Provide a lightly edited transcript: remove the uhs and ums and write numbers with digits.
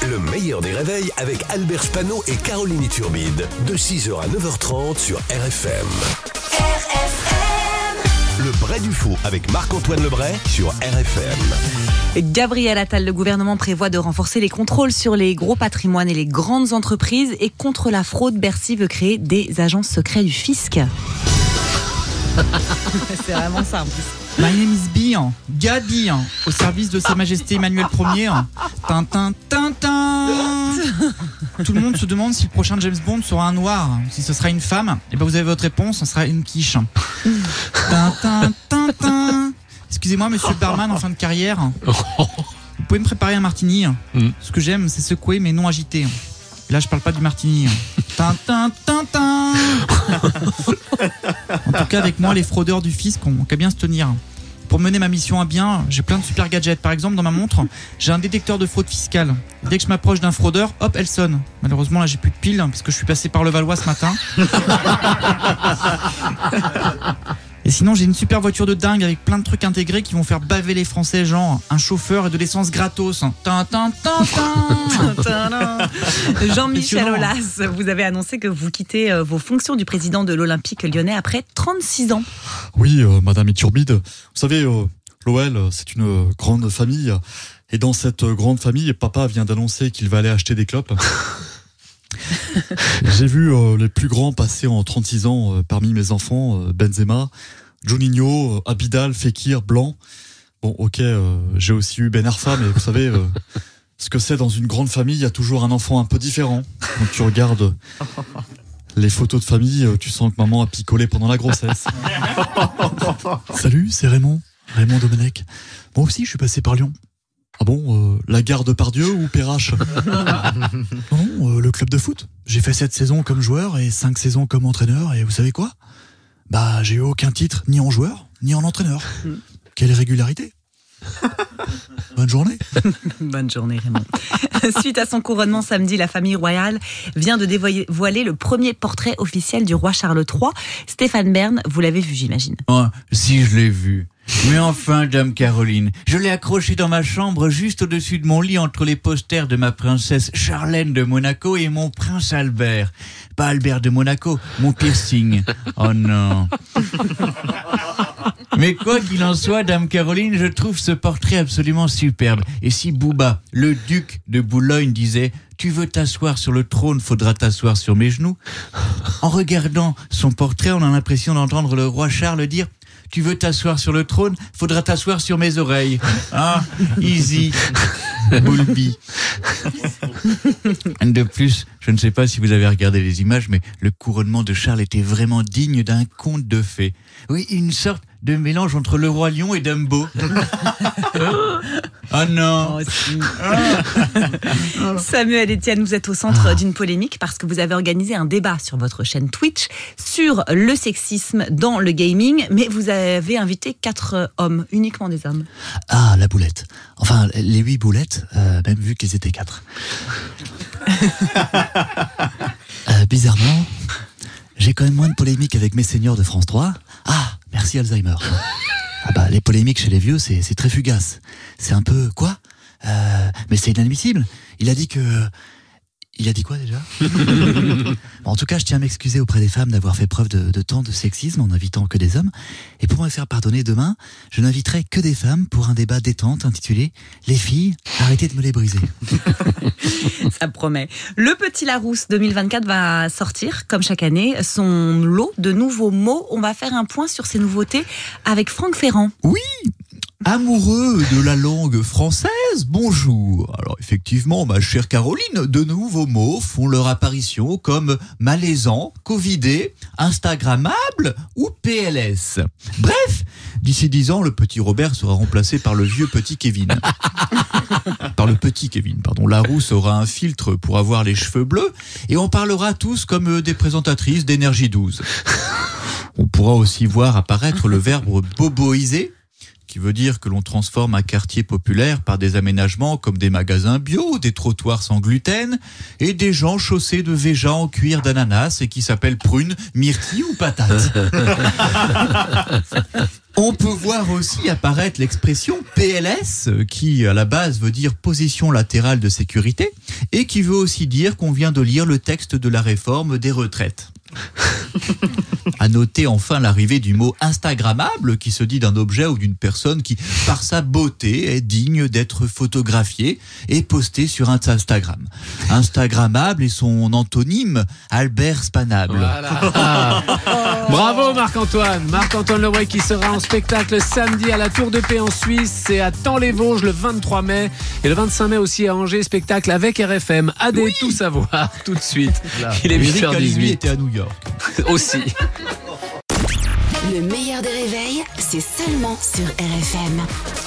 Le meilleur des réveils avec Albert Spano et Caroline Turbide. De 6h à 9h30 sur RFM. Le Bray du Faux avec Marc-Antoine Lebray sur RFM. Gabriel Attal, le gouvernement prévoit de renforcer les contrôles sur les gros patrimoines et les grandes entreprises. Et contre la fraude, Bercy veut créer des agences secrets du fisc. C'est vraiment ça en plus. My name is Bian, Gadi, au service de Sa Majesté Emmanuel Ier. Tintin, tintin. Tout le monde se demande si le prochain James Bond sera un noir, si ce sera une femme. Et ben vous avez votre réponse, ce sera une quiche. Tintin, tintin. Excusez-moi, monsieur le barman en fin de carrière. Vous pouvez me préparer un martini. Ce que j'aime, c'est secouer mais non agiter. Et là, je parle pas du martini. Tintin, tintin. En tout cas, avec moi, les fraudeurs du fisc ont qu'à bien se tenir. Pour mener ma mission à bien, j'ai plein de super gadgets. Par exemple, dans ma montre, j'ai un détecteur de fraude fiscale. Dès que je m'approche d'un fraudeur, hop, elle sonne. Malheureusement, là, j'ai plus de piles parce que je suis passé par Levallois ce matin. Et sinon, j'ai une super voiture de dingue avec plein de trucs intégrés qui vont faire baver les Français, genre un chauffeur et de l'essence gratos. Jean-Michel Aulas, vous avez annoncé que vous quittez vos fonctions du président de l'Olympique lyonnais après 36 ans. Oui, Madame Iturbide, vous savez, l'OL, c'est une grande famille. Et dans cette grande famille, papa vient d'annoncer qu'il va aller acheter des clopes. J'ai vu les plus grands passer en 36 ans parmi mes enfants, Benzema, Juninho, Abidal, Fekir, Blanc. Bon, ok, j'ai aussi eu Ben Arfa, mais vous savez, ce que c'est dans une grande famille, il y a toujours un enfant un peu différent. Quand tu regardes les photos de famille, tu sens que maman a picolé pendant la grossesse. Salut, c'est Raymond Domenech. Moi aussi, je suis passé par Lyon. Ah bon, la gare de Pardieu ou Perrache? Non, le club de foot. J'ai fait 7 saisons comme joueur et 5 saisons comme entraîneur. Et vous savez quoi? Bah, j'ai eu aucun titre, ni en joueur, ni en entraîneur. Quelle régularité! Bonne journée. Bonne journée, Raymond. Suite à son couronnement samedi, la famille royale vient de dévoiler le premier portrait officiel du roi Charles III. Stéphane Bern, vous l'avez vu, j'imagine. Oh, si, je l'ai vu. Mais enfin, Dame Caroline, je l'ai accroché dans ma chambre juste au-dessus de mon lit entre les posters de ma princesse Charlène de Monaco et mon prince Albert. Pas Albert de Monaco, mon piercing. Oh non. Mais quoi qu'il en soit, Dame Caroline, je trouve ce portrait absolument superbe. Et si Bouba, le duc de Boulogne, disait « Tu veux t'asseoir sur le trône, faudra t'asseoir sur mes genoux », en regardant son portrait, on a l'impression d'entendre le roi Charles dire « Tu veux t'asseoir sur le trône, faudra t'asseoir sur mes oreilles. » Ah, easy, Boulby. De plus, je ne sais pas si vous avez regardé les images, mais le couronnement de Charles était vraiment digne d'un conte de fées. Oui, une sorte de mélange entre le roi lion et Dumbo. Ah non. Oh, si. Samuel Etienne, vous êtes au centre d'une polémique parce que vous avez organisé un débat sur votre chaîne Twitch sur le sexisme dans le gaming, mais vous avez invité 4 hommes, uniquement des hommes. Ah, la boulette. Enfin, les 8 boulettes, même vu qu'ils étaient 4. Bizarrement, j'ai quand même moins de polémiques avec mes seniors de France 3. Ah, merci Alzheimer. Ah bah, les polémiques chez les vieux, c'est très fugace. C'est un peu... Quoi? Mais c'est inadmissible. Il a dit quoi déjà? Bon, en tout cas, je tiens à m'excuser auprès des femmes d'avoir fait preuve de tant de sexisme en invitant que des hommes. Et pour me faire pardonner, demain, je n'inviterai que des femmes pour un débat détente intitulé « Les filles, arrêtez de me les briser ». Ça promet. Le Petit Larousse 2024 va sortir, comme chaque année, son lot de nouveaux mots. On va faire un point sur ces nouveautés avec Franck Ferrand. Oui, amoureux de la langue française, bonjour. Alors effectivement, ma chère Caroline, de nouveaux mots font leur apparition comme malaisant, covidé, instagrammable ou PLS. Bref, d'ici 10 ans, le petit Robert sera remplacé par le vieux petit Kevin. Par le petit Kevin, pardon. Larousse aura un filtre pour avoir les cheveux bleus et on parlera tous comme des présentatrices d'énergie 12. On pourra aussi voir apparaître le verbe boboiser, qui veut dire que l'on transforme un quartier populaire par des aménagements comme des magasins bio, des trottoirs sans gluten et des gens chaussés de Véja en cuir d'ananas et qui s'appellent prunes, myrtilles ou patates. On peut voir aussi apparaître l'expression PLS, qui à la base veut dire position latérale de sécurité, et qui veut aussi dire qu'on vient de lire le texte de la réforme des retraites. À noter enfin l'arrivée du mot instagrammable, qui se dit d'un objet ou d'une personne qui, par sa beauté, est digne d'être photographié et posté sur Instagram. Instagrammable et son antonyme, Albert Spanable. Voilà. Bravo Marc-Antoine Leroy qui sera en spectacle samedi à la Tour de Paix en Suisse, c'est à Thaon-les-Vosges le 23 mai et le 25 mai aussi à Angers, spectacle avec RFM. Tout savoir tout de suite. Il est 8h18. était à New York. Aussi. Le meilleur des réveils, c'est seulement sur RFM.